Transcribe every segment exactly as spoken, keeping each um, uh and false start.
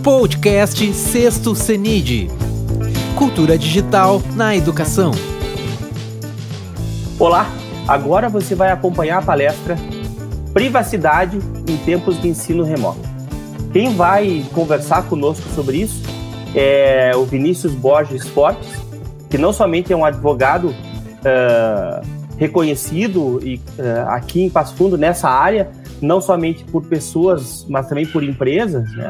Podcast Sexto CENID. Cultura digital na educação. Olá, agora você vai acompanhar a palestra Privacidade em Tempos de Ensino Remoto. Quem vai conversar conosco sobre isso é o Vinícius Borges Fortes, que não somente é um advogado uh, reconhecido e, uh, aqui em Passo Fundo nessa área, não somente por pessoas, mas também por empresas, né?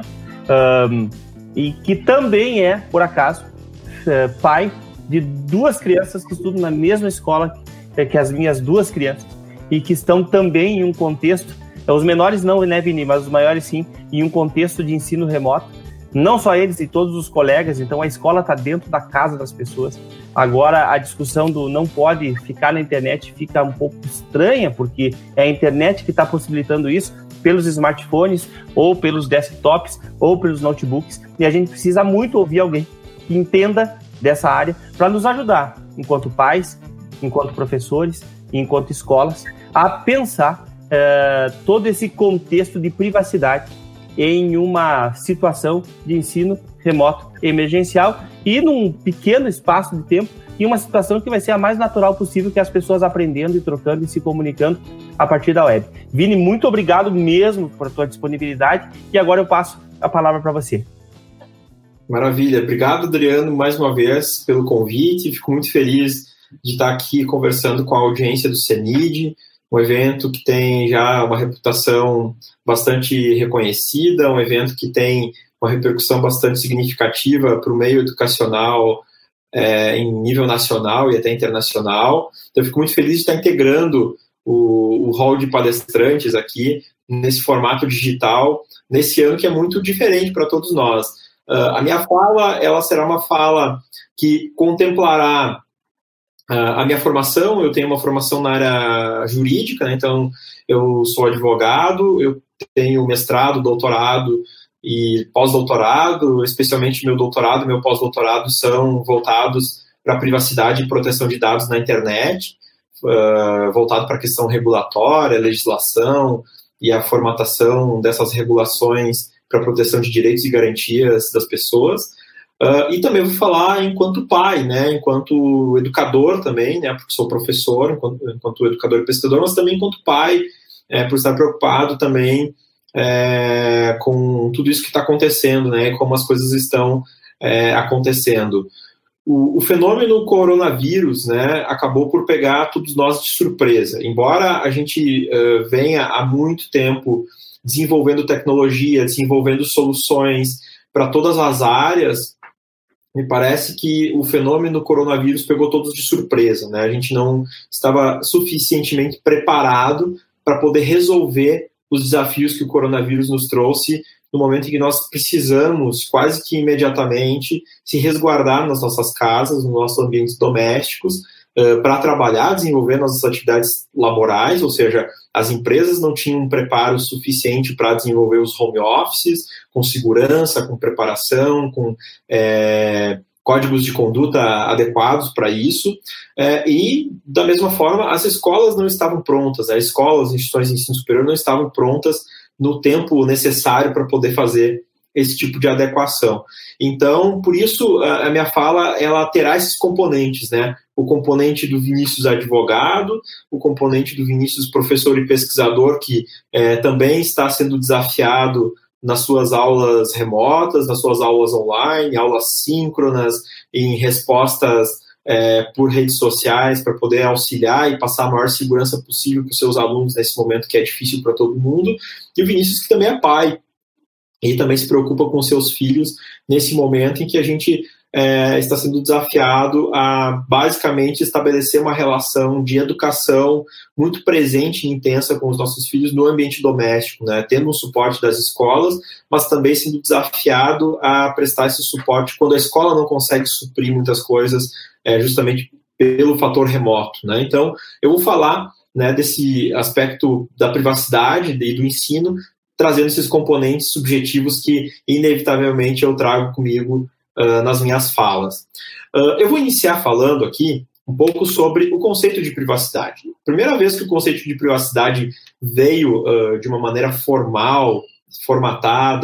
Um, e que também é, por acaso, uh, pai de duas crianças que estudam na mesma escola que as minhas duas crianças e que estão também em um contexto, os menores não, né, Vini, mas os maiores sim, em um contexto de ensino remoto. Não só eles e todos os colegas, então a escola está dentro da casa das pessoas. Agora a discussão do não pode ficar na internet fica um pouco estranha, porque é a internet que está possibilitando isso, pelos smartphones, ou pelos desktops, ou pelos notebooks, e a gente precisa muito ouvir alguém que entenda dessa área para nos ajudar, enquanto pais, enquanto professores, enquanto escolas, a pensar uh, todo esse contexto de privacidade em uma situação de ensino remoto emergencial e num pequeno espaço de tempo, em uma situação que vai ser a mais natural possível, que é as pessoas aprendendo e trocando e se comunicando a partir da web. Vini, muito obrigado mesmo por tua disponibilidade e agora eu passo a palavra para você. Maravilha, obrigado, Adriano, mais uma vez pelo convite. Fico muito feliz de estar aqui conversando com a audiência do CENID, um evento que tem já uma reputação bastante reconhecida, um evento que tem uma repercussão bastante significativa para o meio educacional é, em nível nacional e até internacional. Então, eu fico muito feliz de estar integrando o, o hall de palestrantes aqui nesse formato digital, nesse ano que é muito diferente para todos nós. Uh, a minha fala ela será uma fala que contemplará uh, a minha formação. Eu tenho uma formação na área jurídica, né? Então eu sou advogado, eu tenho mestrado, doutorado e pós-doutorado, especialmente meu doutorado e meu pós-doutorado são voltados para a privacidade e proteção de dados na internet, uh, voltado para a questão regulatória, legislação e a formatação dessas regulações para a proteção de direitos e garantias das pessoas. Uh, e também vou falar enquanto pai, né, enquanto educador também, né, porque sou professor, enquanto, enquanto educador e pesquisador, mas também enquanto pai, é, por estar preocupado também É, com tudo isso que está acontecendo, né, como as coisas estão é, acontecendo. O, o fenômeno coronavírus, né, acabou por pegar todos nós de surpresa. Embora a gente uh, venha há muito tempo desenvolvendo tecnologia, desenvolvendo soluções para todas as áreas, me parece que o fenômeno coronavírus pegou todos de surpresa, né? A gente não estava suficientemente preparado para poder resolver os desafios que o coronavírus nos trouxe no momento em que nós precisamos, quase que imediatamente, se resguardar nas nossas casas, nos nossos ambientes domésticos, uh, para trabalhar, desenvolver nossas atividades laborais, ou seja, as empresas não tinham um preparo suficiente para desenvolver os home offices, com segurança, com preparação, com é, códigos de conduta adequados para isso, é, e, da mesma forma, as escolas não estavam prontas, as escolas, as instituições de ensino superior não estavam prontas no tempo necessário para poder fazer esse tipo de adequação. Então, por isso, a minha fala, ela terá esses componentes, né? O componente do Vinícius advogado, o componente do Vinícius professor e pesquisador, que é, também está sendo desafiado nas suas aulas remotas, nas suas aulas online, aulas síncronas, em respostas é, por redes sociais, para poder auxiliar e passar a maior segurança possível para os seus alunos nesse momento que é difícil para todo mundo. E o Vinícius, que também é pai, e também se preocupa com seus filhos nesse momento em que a gente é, está sendo desafiado a basicamente estabelecer uma relação de educação muito presente e intensa com os nossos filhos no ambiente doméstico, né? Tendo um suporte das escolas, mas também sendo desafiado a prestar esse suporte quando a escola não consegue suprir muitas coisas, é, justamente pelo fator remoto, né? Então, eu vou falar, né, desse aspecto da privacidade e do ensino, trazendo esses componentes subjetivos que, inevitavelmente, eu trago comigo uh, nas minhas falas. Uh, eu vou iniciar falando aqui um pouco sobre o conceito de privacidade. Primeira vez que o conceito de privacidade veio uh, de uma maneira formal, formatada,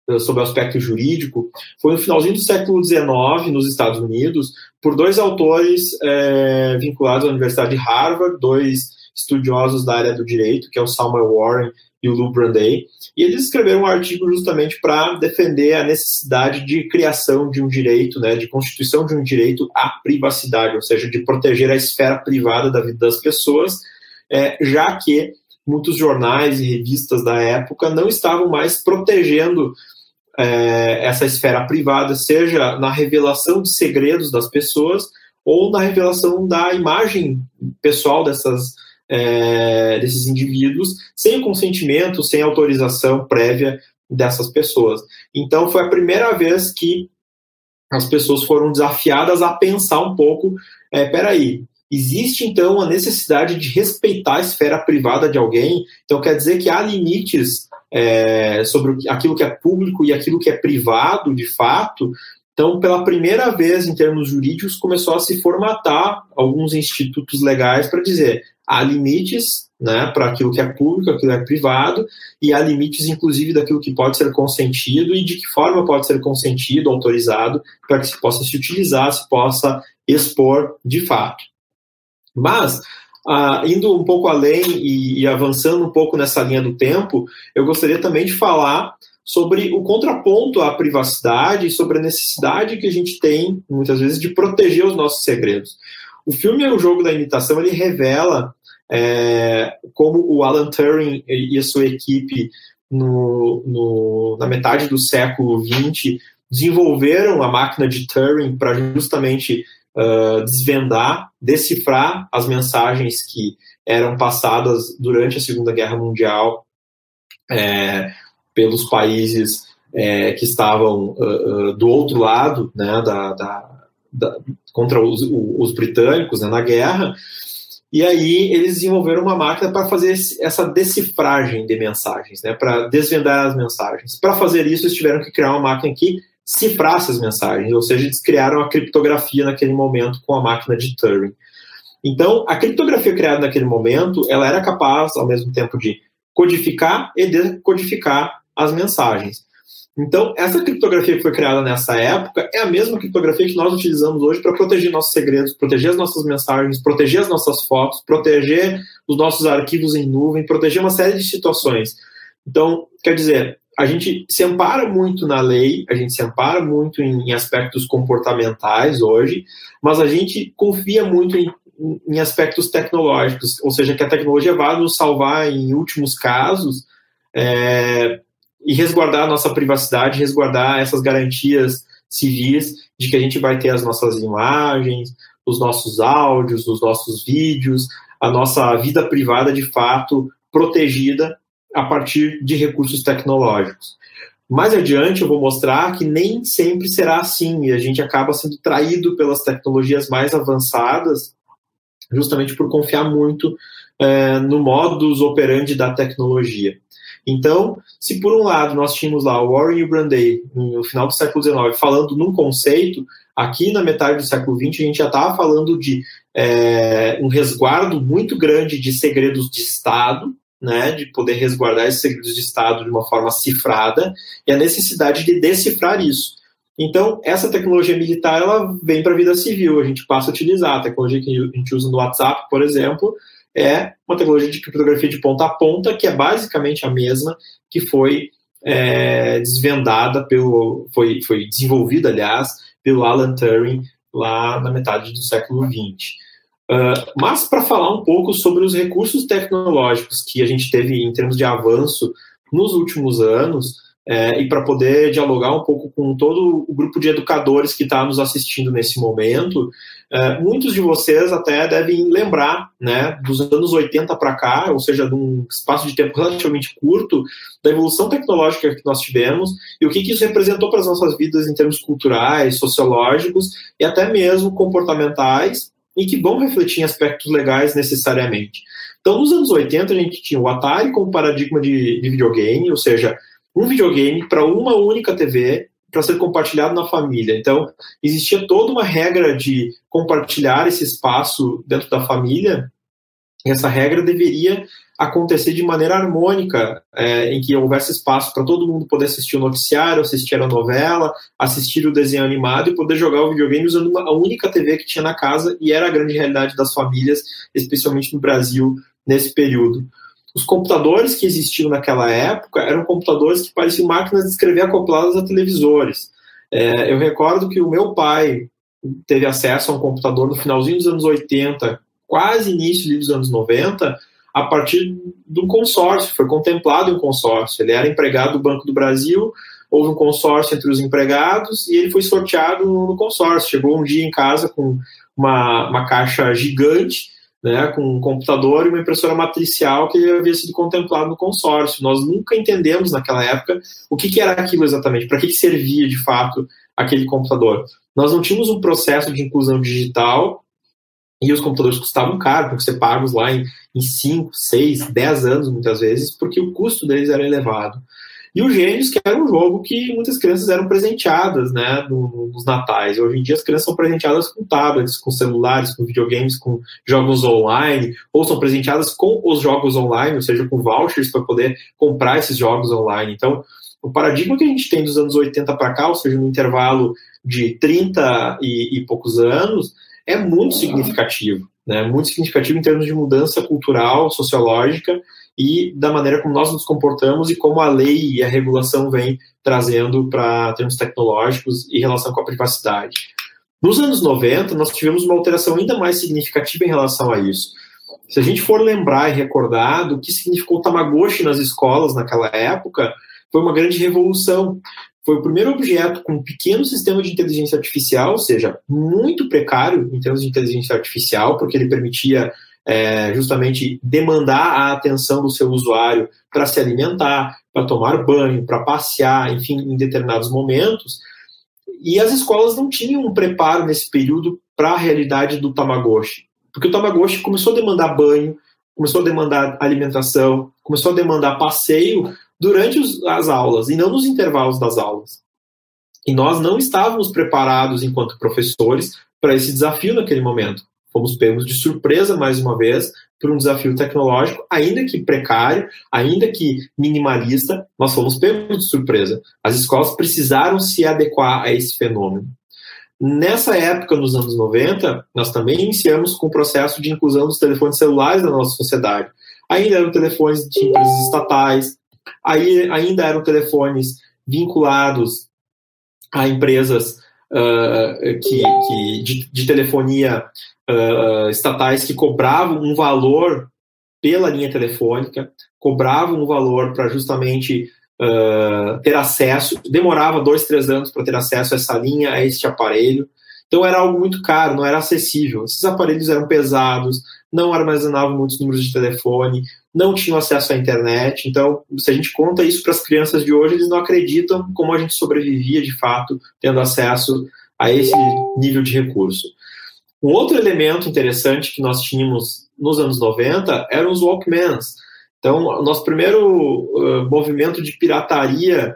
sobre o aspecto jurídico, foi no finalzinho do século dezenove, nos Estados Unidos, por dois autores é, vinculados à Universidade de Harvard, dois estudiosos da área do direito, que é o Samuel Warren e o Lou Brandeis, e eles escreveram um artigo justamente para defender a necessidade de criação de um direito, né, de constituição de um direito à privacidade, ou seja, de proteger a esfera privada da vida das pessoas, é, já que muitos jornais e revistas da época não estavam mais protegendo é, essa esfera privada, seja na revelação de segredos das pessoas ou na revelação da imagem pessoal dessas, é, desses indivíduos, sem o consentimento, sem autorização prévia dessas pessoas. Então, foi a primeira vez que as pessoas foram desafiadas a pensar um pouco, é, peraí, existe, então, a necessidade de respeitar a esfera privada de alguém? Então, quer dizer que há limites é, sobre aquilo que é público e aquilo que é privado, de fato. Então, pela primeira vez, em termos jurídicos, começou a se formatar alguns institutos legais para dizer há limites, né, para aquilo que é público, aquilo que é privado, e há limites, inclusive, daquilo que pode ser consentido e de que forma pode ser consentido, autorizado, para que se possa se utilizar, se possa expor de fato. Mas, ah, indo um pouco além e, e avançando um pouco nessa linha do tempo, eu gostaria também de falar sobre o contraponto à privacidade e sobre a necessidade que a gente tem, muitas vezes, de proteger os nossos segredos. O filme O Jogo da Imitação, ele revela é, como o Alan Turing e a sua equipe, no, no, na metade do século vinte, desenvolveram a máquina de Turing para justamente Uh, desvendar, decifrar as mensagens que eram passadas durante a Segunda Guerra Mundial é, pelos países é, que estavam uh, uh, do outro lado, né, da, da, da, contra os, os britânicos, né, na guerra, e aí eles desenvolveram uma máquina para fazer essa decifragem de mensagens, né, para desvendar as mensagens. Para fazer isso, eles tiveram que criar uma máquina que cifrasse as mensagens, ou seja, eles criaram a criptografia naquele momento com a máquina de Turing. Então, a criptografia criada naquele momento, ela era capaz, ao mesmo tempo, de codificar e decodificar as mensagens. Então, essa criptografia que foi criada nessa época é a mesma criptografia que nós utilizamos hoje para proteger nossos segredos, proteger as nossas mensagens, proteger as nossas fotos, proteger os nossos arquivos em nuvem, proteger uma série de situações. Então, quer dizer, a gente se ampara muito na lei, a gente se ampara muito em, em aspectos comportamentais hoje, mas a gente confia muito em, em aspectos tecnológicos, ou seja, que a tecnologia vai nos salvar em últimos casos é, e resguardar a nossa privacidade, resguardar essas garantias civis de que a gente vai ter as nossas imagens, os nossos áudios, os nossos vídeos, a nossa vida privada de fato protegida a partir de recursos tecnológicos. Mais adiante eu vou mostrar que nem sempre será assim, e a gente acaba sendo traído pelas tecnologias mais avançadas, justamente por confiar muito é, no modus operandi da tecnologia. Então, se por um lado nós tínhamos lá o Warren e o Brandeis, no final do século dezenove, falando num conceito, aqui na metade do século vinte a gente já estava falando de é, um resguardo muito grande de segredos de Estado, né, de poder resguardar esses segredos de Estado de uma forma cifrada, e a necessidade de decifrar isso. Então, essa tecnologia militar, ela vem para a vida civil, a gente passa a utilizar. A tecnologia que a gente usa no WhatsApp, por exemplo, é uma tecnologia de criptografia de ponta a ponta, que é basicamente a mesma que foi é, desvendada, pelo, foi, foi desenvolvida, aliás, pelo Alan Turing, lá na metade do século vinte. Uh, mas para falar um pouco sobre os recursos tecnológicos que a gente teve em termos de avanço nos últimos anos, é, e para poder dialogar um pouco com todo o grupo de educadores que está nos assistindo nesse momento, é, muitos de vocês até devem lembrar, né, dos anos oitenta para cá, ou seja, de um espaço de tempo relativamente curto, da evolução tecnológica que nós tivemos e o que, que isso representou para as nossas vidas em termos culturais, sociológicos e até mesmo comportamentais, e que vão refletir em aspectos legais necessariamente. Então, nos anos oitenta, a gente tinha o Atari como paradigma de, de videogame, ou seja, um videogame para uma única T V para ser compartilhado na família. Então, existia toda uma regra de compartilhar esse espaço dentro da família, e essa regra deveria acontecer de maneira harmônica, é, em que houvesse espaço para todo mundo poder assistir o noticiário, assistir a novela, assistir o desenho animado e poder jogar o videogame usando uma, a única T V que tinha na casa, e era a grande realidade das famílias, especialmente no Brasil, nesse período. Os computadores que existiam naquela época eram computadores que pareciam máquinas de escrever acopladas a televisores. É, eu recordo que o meu pai teve acesso a um computador no finalzinho dos anos oitenta, quase início dos anos noventa, a partir de um consórcio, foi contemplado em um consórcio. Ele era empregado do Banco do Brasil, houve um consórcio entre os empregados e ele foi sorteado no consórcio. Chegou um dia em casa com uma, uma caixa gigante, né, com um computador e uma impressora matricial que havia sido contemplado no consórcio. Nós nunca entendemos naquela época o que, que era aquilo exatamente, para que, que servia de fato aquele computador. Nós não tínhamos um processo de inclusão digital e os computadores custavam caro, porque você paga os lá em cinco, seis, dez anos muitas vezes, porque o custo deles era elevado. E o Gênios, que era um jogo que muitas crianças eram presenteadas, né, nos natais. Hoje em dia as crianças são presenteadas com tablets, com celulares, com videogames, com jogos online, ou são presenteadas com os jogos online, ou seja, com vouchers para poder comprar esses jogos online. Então, o paradigma que a gente tem dos anos oitenta para cá, ou seja, no intervalo de trinta e, e poucos anos, é muito significativo, né? Muito significativo em termos de mudança cultural, sociológica e da maneira como nós nos comportamos e como a lei e a regulação vem trazendo para termos tecnológicos em relação com a privacidade. Nos anos noventa, nós tivemos uma alteração ainda mais significativa em relação a isso. Se a gente for lembrar e recordar do que significou o Tamagotchi nas escolas naquela época, foi uma grande revolução. Foi o primeiro objeto com um pequeno sistema de inteligência artificial, ou seja, muito precário em termos de inteligência artificial, porque ele permitia é, justamente demandar a atenção do seu usuário para se alimentar, para tomar banho, para passear, enfim, em determinados momentos. E as escolas não tinham um preparo nesse período para a realidade do Tamagotchi, porque o Tamagotchi começou a demandar banho, começou a demandar alimentação, começou a demandar passeio durante os, as aulas e não nos intervalos das aulas. E nós não estávamos preparados enquanto professores para esse desafio naquele momento. Fomos pegos de surpresa, mais uma vez, por um desafio tecnológico, ainda que precário, ainda que minimalista, nós fomos pegos de surpresa. As escolas precisaram se adequar a esse fenômeno. Nessa época, nos anos noventa, nós também iniciamos com o processo de inclusão dos telefones celulares na nossa sociedade. Ainda eram telefones de empresas estatais, aí ainda eram telefones vinculados a empresas uh, que, que, de, de telefonia uh, estatais que cobravam um valor pela linha telefônica, cobravam um valor para justamente uh, ter acesso, demorava dois, três anos para ter acesso a essa linha, a este aparelho. Então era algo muito caro, não era acessível. Esses aparelhos eram pesados, não armazenavam muitos números de telefone, não tinham acesso à internet. Então, se a gente conta isso para as crianças de hoje, eles não acreditam como a gente sobrevivia, de fato, tendo acesso a esse nível de recurso. Um outro elemento interessante que nós tínhamos nos anos noventa eram os Walkmans. Então, o nosso primeiro uh, movimento de pirataria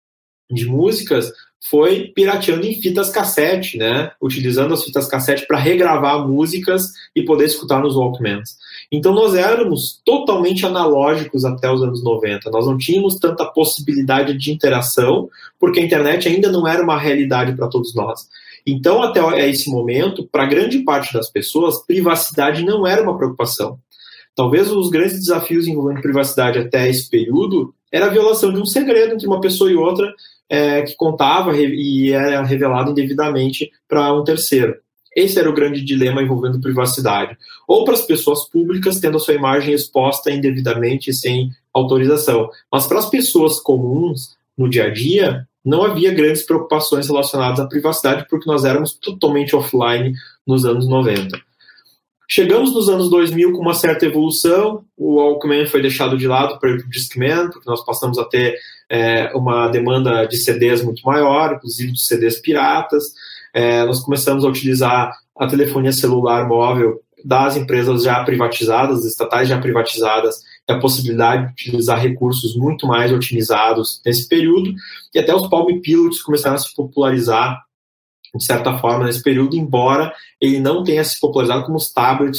de músicas foi pirateando em fitas cassete, né? Utilizando as fitas cassete para regravar músicas e poder escutar nos Walkmans. Então nós éramos totalmente analógicos até os anos noventa. Nós não tínhamos tanta possibilidade de interação, porque a internet ainda não era uma realidade para todos nós. Então, até esse momento, para grande parte das pessoas, privacidade não era uma preocupação. Talvez os grandes desafios envolvendo privacidade até esse período era a violação de um segredo entre uma pessoa e outra, É, que contava e era revelado indevidamente para um terceiro. Esse era o grande dilema envolvendo privacidade. Ou para as pessoas públicas tendo a sua imagem exposta indevidamente sem autorização. Mas para as pessoas comuns, no dia a dia, não havia grandes preocupações relacionadas à privacidade, porque nós éramos totalmente offline nos anos noventa. Chegamos nos anos dois mil com uma certa evolução, o Walkman foi deixado de lado para ir para o Discman, porque nós passamos a ter é, uma demanda de C Ds muito maior, inclusive de C Ds piratas. É, nós começamos a utilizar a telefonia celular móvel das empresas já privatizadas, estatais já privatizadas, e a possibilidade de utilizar recursos muito mais otimizados nesse período, e até os Palm Pilots começaram a se popularizar de certa forma nesse período, embora ele não tenha se popularizado como os tablets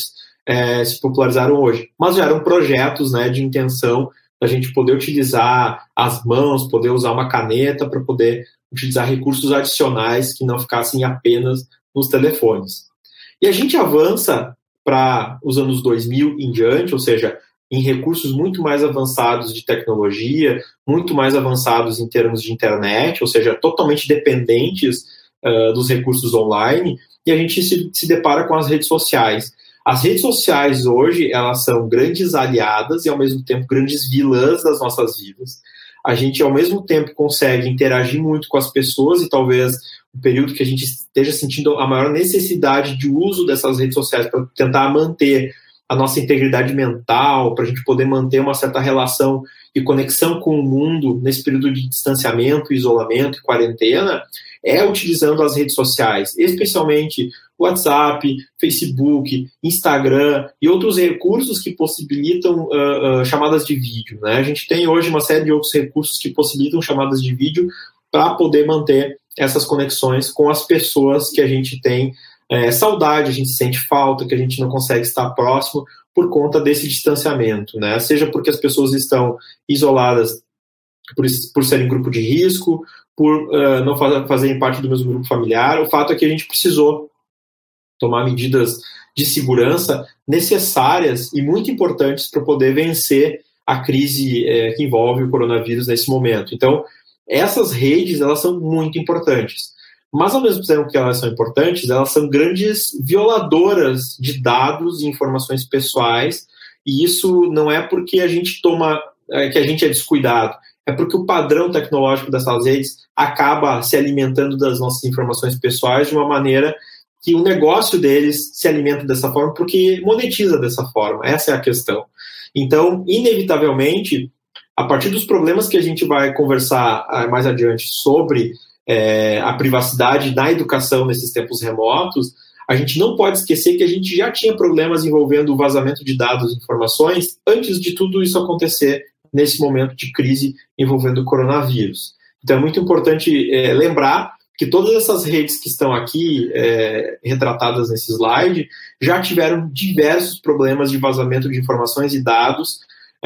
é, se popularizaram hoje. Mas já eram projetos, né, de intenção da gente poder utilizar as mãos, poder usar uma caneta para poder utilizar recursos adicionais que não ficassem apenas nos telefones. E a gente avança para os anos dois mil em diante, ou seja, em recursos muito mais avançados de tecnologia, muito mais avançados em termos de internet, ou seja, totalmente dependentes uh, dos recursos online, e a gente se, se depara com as redes sociais. As redes sociais hoje, elas são grandes aliadas e, ao mesmo tempo, grandes vilãs das nossas vidas. A gente, ao mesmo tempo, consegue interagir muito com as pessoas e talvez o período que a gente esteja sentindo a maior necessidade de uso dessas redes sociais para tentar manter a nossa integridade mental, para a gente poder manter uma certa relação e conexão com o mundo nesse período de distanciamento, isolamento e quarentena, é utilizando as redes sociais, especialmente WhatsApp, Facebook, Instagram e outros recursos que possibilitam uh, uh, chamadas de vídeo, né? A gente tem hoje uma série de outros recursos que possibilitam chamadas de vídeo para poder manter essas conexões com as pessoas que a gente tem é, saudade, a gente sente falta, que a gente não consegue estar próximo por conta desse distanciamento, né? Seja porque as pessoas estão isoladas por, por serem grupo de risco, por uh, não faz, fazerem parte do mesmo grupo familiar. O fato é que a gente precisou tomar medidas de segurança necessárias e muito importantes para poder vencer a crise é, que envolve o coronavírus nesse momento. Então, essas redes, elas são muito importantes. Mas, ao mesmo tempo que elas são importantes, elas são grandes violadoras de dados e informações pessoais, e isso não é porque a gente toma, é, que a gente é descuidado, é porque o padrão tecnológico dessas redes acaba se alimentando das nossas informações pessoais de uma maneira que o negócio deles se alimenta dessa forma porque monetiza dessa forma. Essa é a questão. Então, inevitavelmente, a partir dos problemas que a gente vai conversar mais adiante sobre é, a privacidade na educação nesses tempos remotos, a gente não pode esquecer que a gente já tinha problemas envolvendo o vazamento de dados e informações antes de tudo isso acontecer nesse momento de crise envolvendo o coronavírus. Então, é muito importante é, lembrar que todas essas redes que estão aqui é, retratadas nesse slide já tiveram diversos problemas de vazamento de informações e dados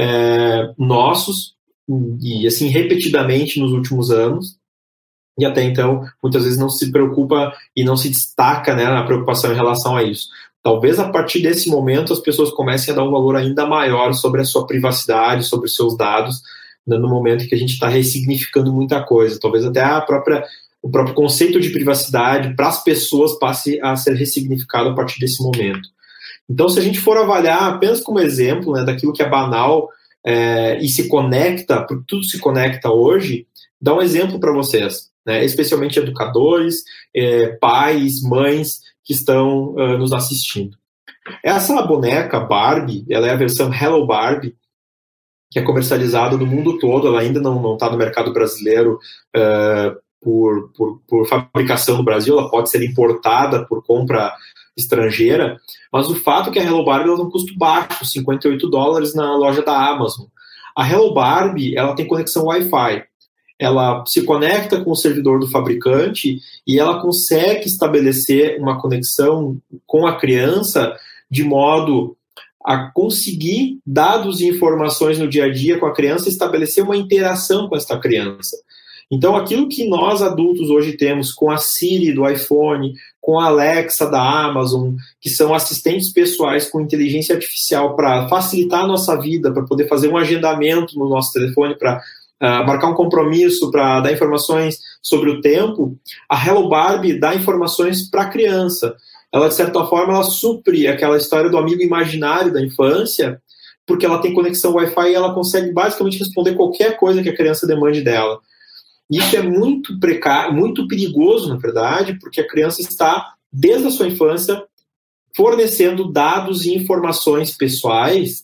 é, nossos, e assim, repetidamente nos últimos anos, e até então, muitas vezes não se preocupa e não se destaca, né, na preocupação em relação a isso. Talvez a partir desse momento as pessoas comecem a dar um valor ainda maior sobre a sua privacidade, sobre os seus dados, no momento em que a gente está ressignificando muita coisa. Talvez até a própria o próprio conceito de privacidade para as pessoas passe a ser ressignificado a partir desse momento. Então, se a gente for avaliar apenas como exemplo, né, daquilo que é banal é, e se conecta, porque tudo se conecta hoje, dá um exemplo para vocês, né, especialmente educadores, é, pais, mães que estão uh, nos assistindo. Essa boneca Barbie, ela é a versão Hello Barbie, que é comercializada no mundo todo, ela ainda não está no mercado brasileiro uh, Por, por, por fabricação no Brasil, ela pode ser importada por compra estrangeira, mas o fato é que a Hello Barbie ela tem um custo baixo, cinquenta e oito dólares na loja da Amazon. A Hello Barbie ela tem conexão Wi-Fi, ela se conecta com o servidor do fabricante e ela consegue estabelecer uma conexão com a criança de modo a conseguir dados e informações no dia a dia com a criança e estabelecer uma interação com essa criança. Então, aquilo que nós adultos hoje temos com a Siri do iPhone, com a Alexa da Amazon, que são assistentes pessoais com inteligência artificial para facilitar a nossa vida, para poder fazer um agendamento no nosso telefone, para uh, marcar um compromisso, para dar informações sobre o tempo, a Hello Barbie dá informações para a criança. Ela, de certa forma, ela supre aquela história do amigo imaginário da infância, porque ela tem conexão Wi-Fi e ela consegue basicamente responder qualquer coisa que a criança demande dela. Isso é muito precário, muito perigoso, na verdade, porque a criança está, desde a sua infância, fornecendo dados e informações pessoais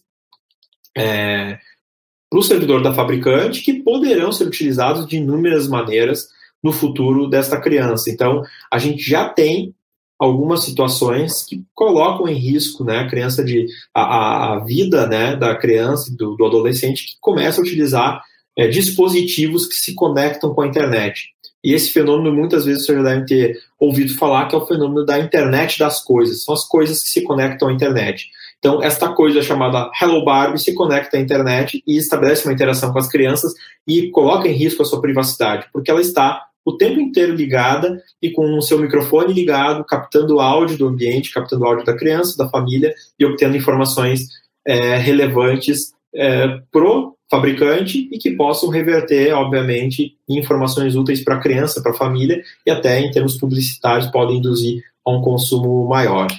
é, para o servidor da fabricante que poderão ser utilizados de inúmeras maneiras no futuro desta criança. Então, a gente já tem algumas situações que colocam em risco, né, a criança de a, a vida, né, da criança e do, do adolescente que começa a utilizar É, dispositivos que se conectam com a internet. E esse fenômeno, muitas vezes, você já deve ter ouvido falar, que é o fenômeno da internet das coisas. São as coisas que se conectam à internet. Então, esta coisa chamada Hello Barbie se conecta à internet e estabelece uma interação com as crianças e coloca em risco a sua privacidade, porque ela está o tempo inteiro ligada e com o seu microfone ligado, captando o áudio do ambiente, captando o áudio da criança, da família e obtendo informações é, relevantes é, pro fabricante e que possam reverter, obviamente, em informações úteis para a criança, para a família e até em termos publicitários podem induzir a um consumo maior.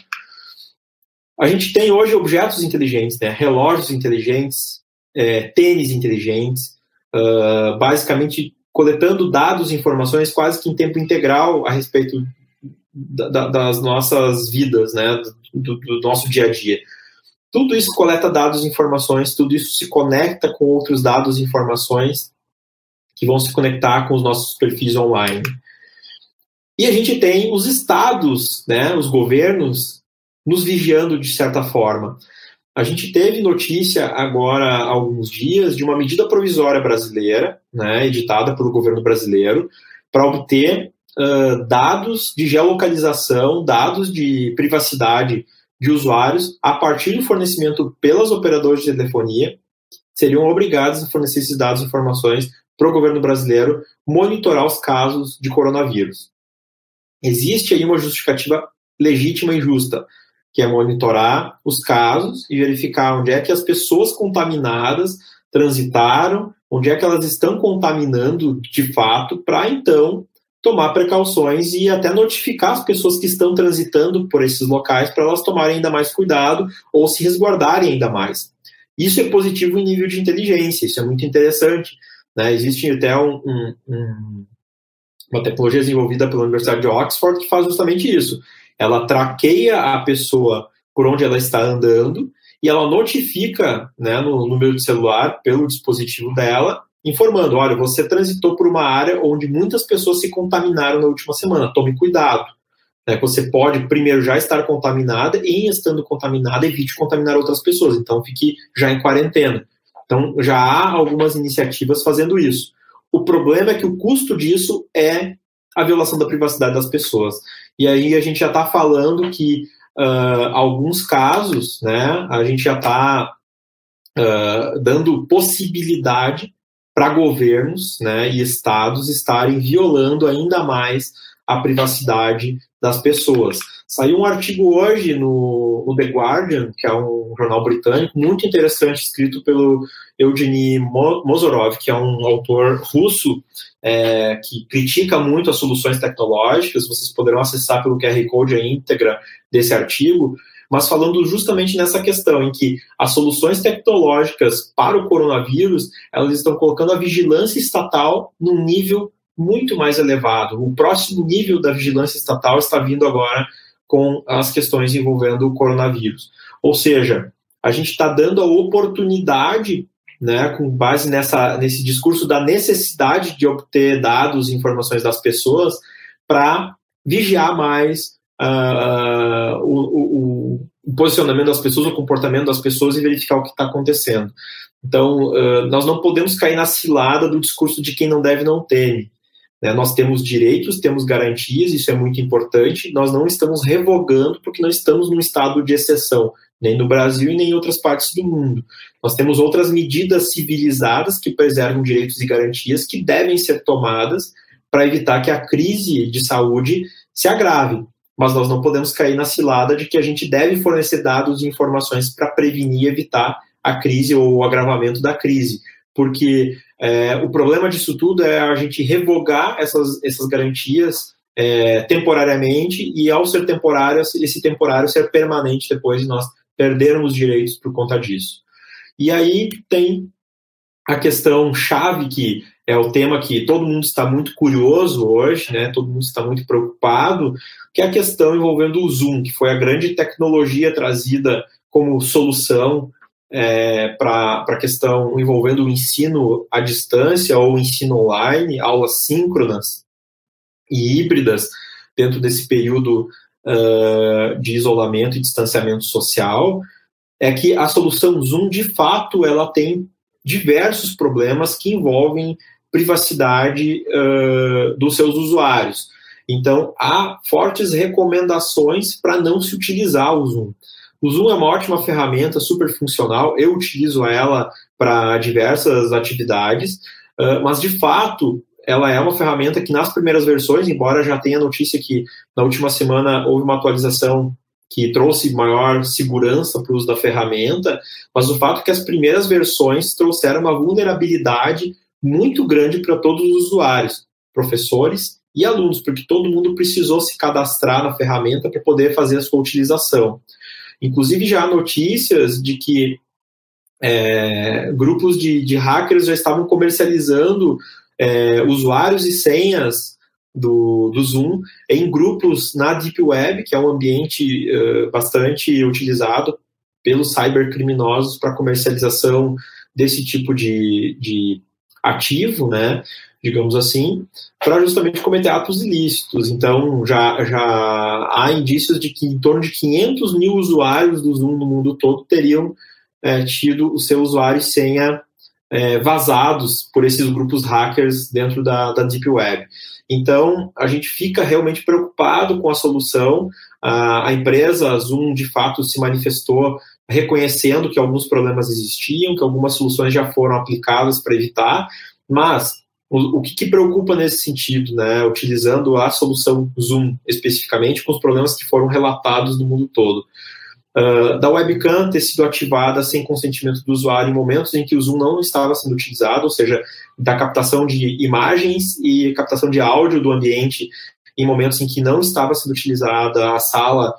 A gente tem hoje objetos inteligentes, né? Relógios inteligentes, é, tênis inteligentes, uh, basicamente coletando dados e informações quase que em tempo integral a respeito da, da, das nossas vidas, né? do, do nosso dia a dia. Tudo isso coleta dados e informações, tudo isso se conecta com outros dados e informações que vão se conectar com os nossos perfis online. E a gente tem os estados, né, os governos, nos vigiando de certa forma. A gente teve notícia agora há alguns dias de uma medida provisória brasileira, né, editada pelo governo brasileiro, para obter uh, dados de geolocalização, dados de privacidade de usuários a partir do fornecimento pelas operadoras de telefonia, seriam obrigados a fornecer esses dados e informações para o governo brasileiro monitorar os casos de coronavírus. Existe aí uma justificativa legítima e justa, que é monitorar os casos e verificar onde é que as pessoas contaminadas transitaram, onde é que elas estão contaminando de fato, para então tomar precauções e até notificar as pessoas que estão transitando por esses locais para elas tomarem ainda mais cuidado ou se resguardarem ainda mais. Isso é positivo em nível de inteligência, isso é muito interessante, né? Existe até um, um, um, uma tecnologia desenvolvida pela Universidade de Oxford que faz justamente isso. Ela traqueia a pessoa por onde ela está andando e ela notifica, né, no número de celular pelo dispositivo dela, informando, olha, você transitou por uma área onde muitas pessoas se contaminaram na última semana, tome cuidado. Né? Você pode, primeiro, já estar contaminada e, em estando contaminada, evite contaminar outras pessoas. Então, fique já em quarentena. Então, já há algumas iniciativas fazendo isso. O problema é que o custo disso é a violação da privacidade das pessoas. E aí a gente já está falando que uh, alguns casos, né, a gente já está uh, dando possibilidade para governos, né, e estados estarem violando ainda mais a privacidade das pessoas. Saiu um artigo hoje no, no The Guardian, que é um jornal britânico, muito interessante, escrito pelo Evgeny Mozorov, que é um autor russo é, que critica muito as soluções tecnológicas. Vocês poderão acessar pelo Q R Code a íntegra desse artigo, mas falando justamente nessa questão em que as soluções tecnológicas para o coronavírus, elas estão colocando a vigilância estatal num nível muito mais elevado. O próximo nível da vigilância estatal está vindo agora com as questões envolvendo o coronavírus. Ou seja, a gente está dando a oportunidade, né, com base nessa, nesse discurso da necessidade de obter dados e informações das pessoas para vigiar mais uh, uh, o, o, o posicionamento das pessoas, o comportamento das pessoas e verificar o que está acontecendo. Então, uh, nós não podemos cair na cilada do discurso de quem não deve não teme. Né? Nós temos direitos, temos garantias, isso é muito importante, nós não estamos revogando porque não estamos num estado de exceção, nem no Brasil e nem em outras partes do mundo. Nós temos outras medidas civilizadas que preservam direitos e garantias que devem ser tomadas para evitar que a crise de saúde se agrave. Mas nós não podemos cair na cilada de que a gente deve fornecer dados e informações para prevenir e evitar a crise ou o agravamento da crise. Porque é, o problema disso tudo é a gente revogar essas, essas garantias é, temporariamente e, ao ser temporário, esse temporário ser permanente depois de nós perdermos direitos por conta disso. E aí tem a questão chave, que é o tema que todo mundo está muito curioso hoje, né? Todo mundo está muito preocupado, que é a questão envolvendo o Zoom, que foi a grande tecnologia trazida como solução É, para a questão envolvendo o ensino à distância ou o ensino online, aulas síncronas e híbridas dentro desse período uh, de isolamento e distanciamento social, é que a solução Zoom, de fato, ela tem diversos problemas que envolvem privacidade uh, dos seus usuários. Então, há fortes recomendações para não se utilizar o Zoom. O Zoom é uma ótima ferramenta, super funcional, eu utilizo ela para diversas atividades, uh, mas de fato ela é uma ferramenta que nas primeiras versões, embora já tenha notícia que na última semana houve uma atualização que trouxe maior segurança para o uso da ferramenta, mas o fato é que as primeiras versões trouxeram uma vulnerabilidade muito grande para todos os usuários, professores e alunos, porque todo mundo precisou se cadastrar na ferramenta para poder fazer a sua utilização. Inclusive já há notícias de que é, grupos de, de hackers já estavam comercializando é, usuários e senhas Do, do Zoom em grupos na Deep Web, que é um ambiente uh, bastante utilizado pelos cybercriminosos para comercialização desse tipo de, de ativo, né, digamos assim, para justamente cometer atos ilícitos. Então, já, já há indícios de que em torno de quinhentos mil usuários do Zoom no mundo todo teriam é, tido o seu usuário e senha é, vazados por esses grupos hackers dentro da, da Deep Web. Então, a gente fica realmente preocupado com a solução. A, a empresa Zoom, de fato, se manifestou reconhecendo que alguns problemas existiam, que algumas soluções já foram aplicadas para evitar, mas o, o que, que preocupa nesse sentido, né, utilizando a solução Zoom especificamente, com os problemas que foram relatados no mundo todo. Uh, da webcam ter sido ativada sem consentimento do usuário em momentos em que o Zoom não estava sendo utilizado, ou seja, da captação de imagens e captação de áudio do ambiente em momentos em que não estava sendo utilizada a sala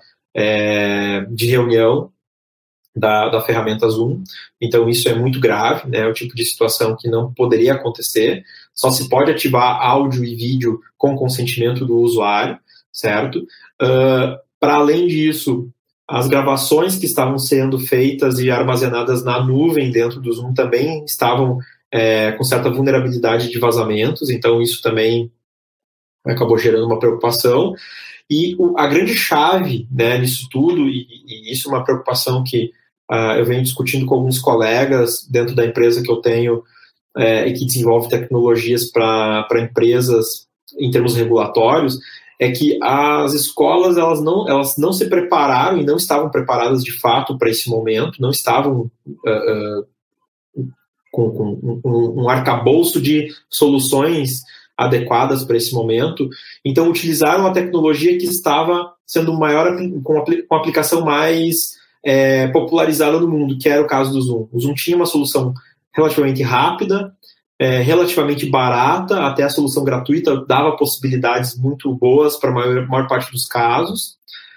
é, de reunião da, da ferramenta Zoom. Então isso é muito grave, né, é o tipo de situação que não poderia acontecer. Só se pode ativar áudio e vídeo com consentimento do usuário, certo? Uh, para além disso, as gravações que estavam sendo feitas e armazenadas na nuvem dentro do Zoom também estavam é, com certa vulnerabilidade de vazamentos, então isso também acabou gerando uma preocupação. E o, a grande chave, né, nisso tudo, e, e isso é uma preocupação que uh, eu venho discutindo com alguns colegas dentro da empresa que eu tenho é, e que desenvolve tecnologias para empresas em termos regulatórios, é que as escolas elas não, elas não se prepararam e não estavam preparadas de fato para esse momento, não estavam uh, uh, com, com um, um arcabouço de soluções adequadas para esse momento, então utilizaram a tecnologia que estava sendo maior, com a aplicação mais é, popularizada no mundo, que era o caso do Zoom. O Zoom tinha uma solução relativamente rápida, É, relativamente barata, até a solução gratuita dava possibilidades muito boas para a maior, maior parte dos casos,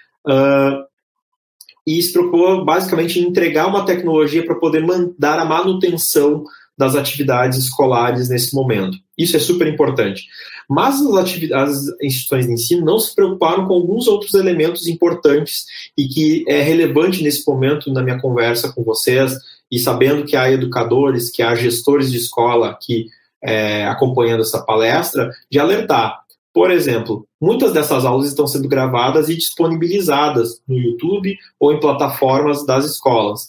uh, e se preocupou basicamente em entregar uma tecnologia para poder dar a manutenção das atividades escolares nesse momento. Isso é super importante. Mas as, as instituições de ensino não se preocuparam com alguns outros elementos importantes e que é relevante nesse momento na minha conversa com vocês, e sabendo que há educadores, que há gestores de escola aqui é, acompanhando essa palestra, de alertar. Por exemplo, muitas dessas aulas estão sendo gravadas e disponibilizadas no YouTube ou em plataformas das escolas.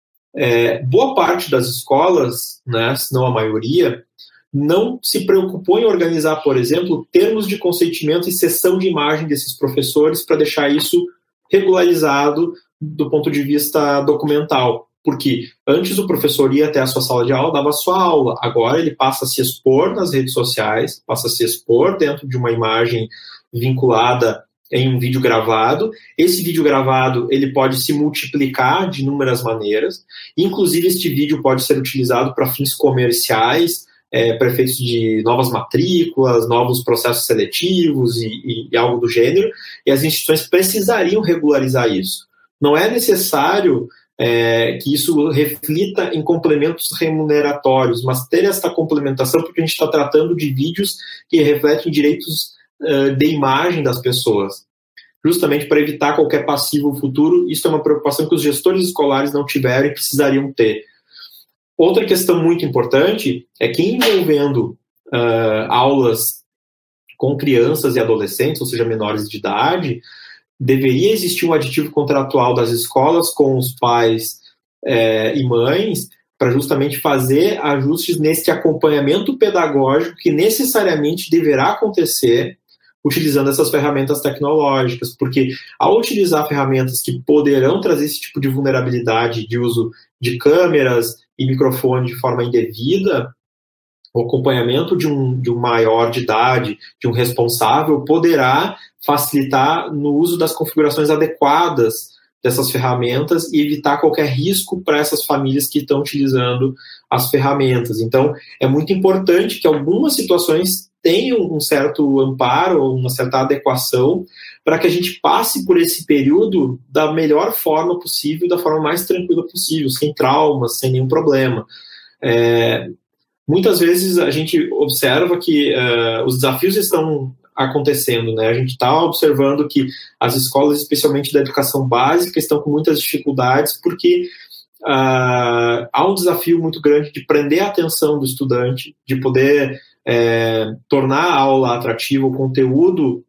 É, boa parte das escolas, né, se não a maioria, não se preocupou em organizar, por exemplo, termos de consentimento e sessão de imagem desses professores para deixar isso regularizado do ponto de vista documental. Porque antes o professor ia até a sua sala de aula, dava a sua aula. Agora ele passa a se expor nas redes sociais, passa a se expor dentro de uma imagem vinculada em um vídeo gravado. Esse vídeo gravado ele pode se multiplicar de inúmeras maneiras. Inclusive, este vídeo pode ser utilizado para fins comerciais, é, para efeitos de novas matrículas, novos processos seletivos e, e, e algo do gênero. E as instituições precisariam regularizar isso. Não é necessário É, que isso reflita em complementos remuneratórios, mas ter esta complementação porque a gente está tratando de vídeos que refletem direitos uh, de imagem das pessoas, justamente para evitar qualquer passivo futuro. Isso é uma preocupação que os gestores escolares não tiveram e precisariam ter. Outra questão muito importante é que envolvendo uh, aulas com crianças e adolescentes, ou seja, menores de idade, deveria existir um aditivo contratual das escolas com os pais é, e mães para justamente fazer ajustes nesse acompanhamento pedagógico que necessariamente deverá acontecer utilizando essas ferramentas tecnológicas, porque ao utilizar ferramentas que poderão trazer esse tipo de vulnerabilidade de uso de câmeras e microfone de forma indevida, o acompanhamento de um, de um maior de idade, de um responsável, poderá facilitar no uso das configurações adequadas dessas ferramentas e evitar qualquer risco para essas famílias que estão utilizando as ferramentas. Então, é muito importante que algumas situações tenham um certo amparo, uma certa adequação, para que a gente passe por esse período da melhor forma possível, da forma mais tranquila possível, sem traumas, sem nenhum problema. É, muitas vezes a gente observa que uh, os desafios estão acontecendo, né? A gente está observando que as escolas, especialmente da educação básica, estão com muitas dificuldades porque uh, há um desafio muito grande de prender a atenção do estudante, de poder é, tornar a aula atrativa, o conteúdo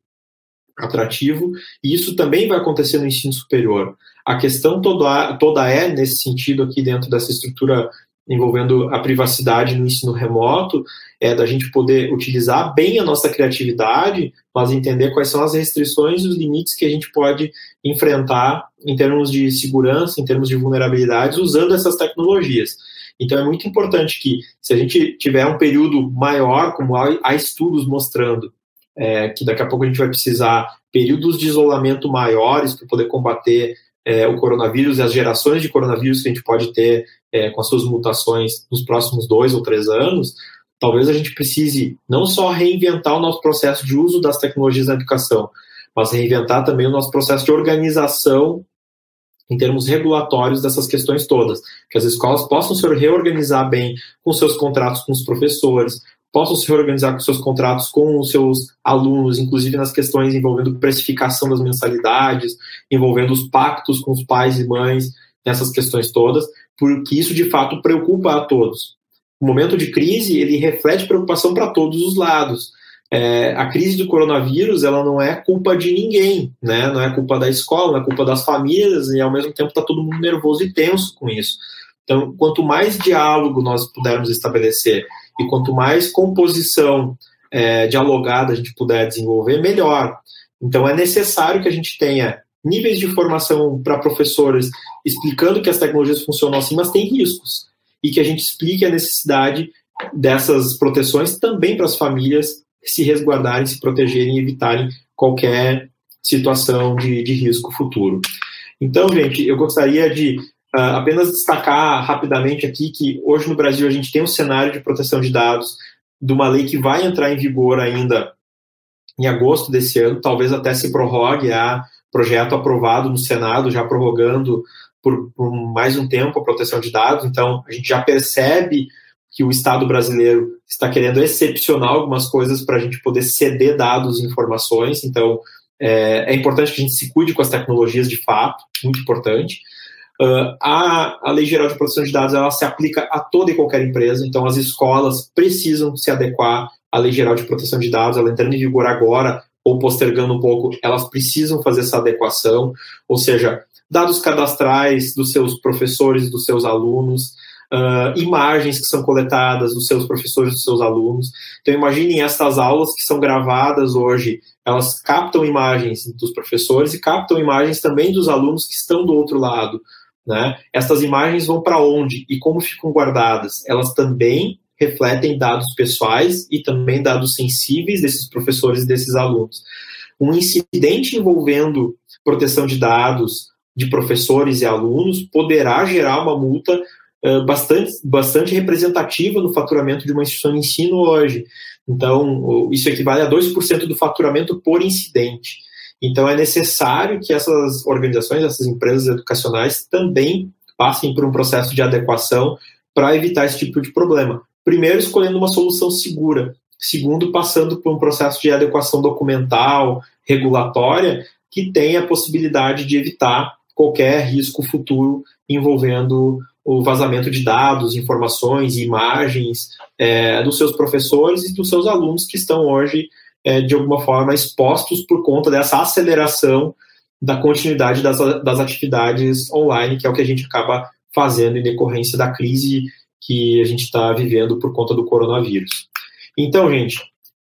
atrativo, e isso também vai acontecer no ensino superior. A questão toda, toda é, nesse sentido aqui dentro dessa estrutura envolvendo a privacidade no ensino remoto, é da gente poder utilizar bem a nossa criatividade, mas entender quais são as restrições e os limites que a gente pode enfrentar em termos de segurança, em termos de vulnerabilidades, usando essas tecnologias. Então é muito importante que, se a gente tiver um período maior, como há, há estudos mostrando, é, que daqui a pouco a gente vai precisar períodos de isolamento maiores para poder combater É, o coronavírus e as gerações de coronavírus que a gente pode ter é, com as suas mutações nos próximos dois ou três anos, talvez a gente precise não só reinventar o nosso processo de uso das tecnologias na educação, mas reinventar também o nosso processo de organização em termos regulatórios dessas questões todas, que as escolas possam se reorganizar bem com seus contratos com os professores, possam se reorganizar com seus contratos com os seus alunos, inclusive nas questões envolvendo precificação das mensalidades, envolvendo os pactos com os pais e mães, nessas questões todas, porque isso de fato preocupa a todos. O momento de crise, ele reflete preocupação para todos os lados. É, a crise do coronavírus, ela não é culpa de ninguém, né? Não é culpa da escola, não é culpa das famílias, e ao mesmo tempo está todo mundo nervoso e tenso com isso. Então, quanto mais diálogo nós pudermos estabelecer e quanto mais composição é, dialogada a gente puder desenvolver, melhor. Então, é necessário que a gente tenha níveis de formação para professores explicando que as tecnologias funcionam assim, mas tem riscos. E que a gente explique a necessidade dessas proteções também para as famílias se resguardarem, se protegerem e evitarem qualquer situação de, de risco futuro. Então, gente, eu gostaria de Uh, apenas destacar rapidamente aqui que hoje no Brasil a gente tem um cenário de proteção de dados de uma lei que vai entrar em vigor ainda em agosto desse ano, talvez até se prorrogue a projeto aprovado no Senado, já prorrogando por, por mais um tempo a proteção de dados. Então a gente já percebe que o Estado brasileiro está querendo excepcionar algumas coisas para a gente poder ceder dados e informações. Então é, é importante que a gente se cuide com as tecnologias de fato, muito importante. Uh, a, a Lei Geral de Proteção de Dados, ela se aplica a toda e qualquer empresa, então as escolas precisam se adequar à Lei Geral de Proteção de Dados, ela entrando em vigor agora ou postergando um pouco, elas precisam fazer essa adequação, ou seja, dados cadastrais dos seus professores, dos seus alunos, uh, imagens que são coletadas dos seus professores, dos seus alunos. Então imaginem essas aulas que são gravadas hoje, elas captam imagens dos professores e captam imagens também dos alunos que estão do outro lado. Né? Essas imagens vão para onde e como ficam guardadas? Elas também refletem dados pessoais e também dados sensíveis desses professores e desses alunos. Um incidente envolvendo proteção de dados de professores e alunos poderá gerar uma multa uh, bastante, bastante representativa no faturamento de uma instituição de ensino hoje. Então, isso equivale a dois por cento do faturamento por incidente. Então, é necessário que essas organizações, essas empresas educacionais também passem por um processo de adequação para evitar esse tipo de problema. Primeiro, escolhendo uma solução segura. Segundo, passando por um processo de adequação documental, regulatória, que tenha a possibilidade de evitar qualquer risco futuro envolvendo o vazamento de dados, informações e imagens é, dos seus professores e dos seus alunos que estão hoje É, de alguma forma expostos por conta dessa aceleração da continuidade das, das atividades online, que é o que a gente acaba fazendo em decorrência da crise que a gente está vivendo por conta do coronavírus. Então, gente,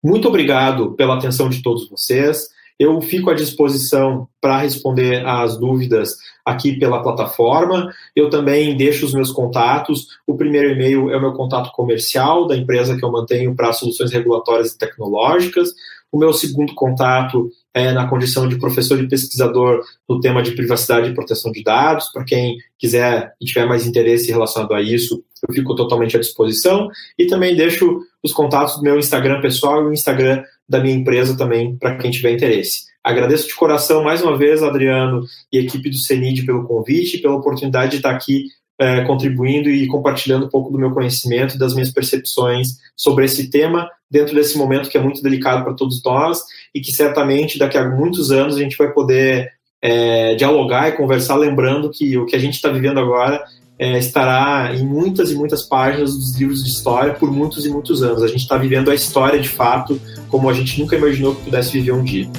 Muito obrigado pela atenção de todos vocês. Eu fico à disposição para responder às dúvidas aqui pela plataforma. Eu também deixo os meus contatos. O primeiro e-mail é o meu contato comercial da empresa que eu mantenho para soluções regulatórias e tecnológicas. O meu segundo contato é na condição de professor e pesquisador no tema de privacidade e proteção de dados. Para quem quiser e tiver mais interesse relacionado a isso, eu fico totalmente à disposição. E também deixo os contatos do meu Instagram pessoal e o Instagram da minha empresa também, para quem tiver interesse. Agradeço de coração mais uma vez, Adriano e a equipe do CENID pelo convite e pela oportunidade de estar aqui é, contribuindo e compartilhando um pouco do meu conhecimento e das minhas percepções sobre esse tema, dentro desse momento que é muito delicado para todos nós e que certamente daqui a muitos anos a gente vai poder é, dialogar e conversar, lembrando que o que a gente está vivendo agora É, estará em muitas e muitas páginas dos livros de história por muitos e muitos anos. A gente está vivendo a história de fato como a gente nunca imaginou que pudesse viver um dia.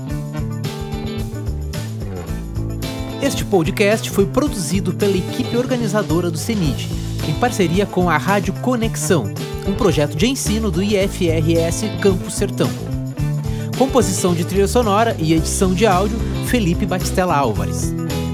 Este podcast foi produzido pela equipe organizadora do CENID, em parceria com a Rádio Conexão, um projeto de ensino do I F R S Campus Sertão. Composição de trilha sonora e edição de áudio, Felipe Batistella Álvares.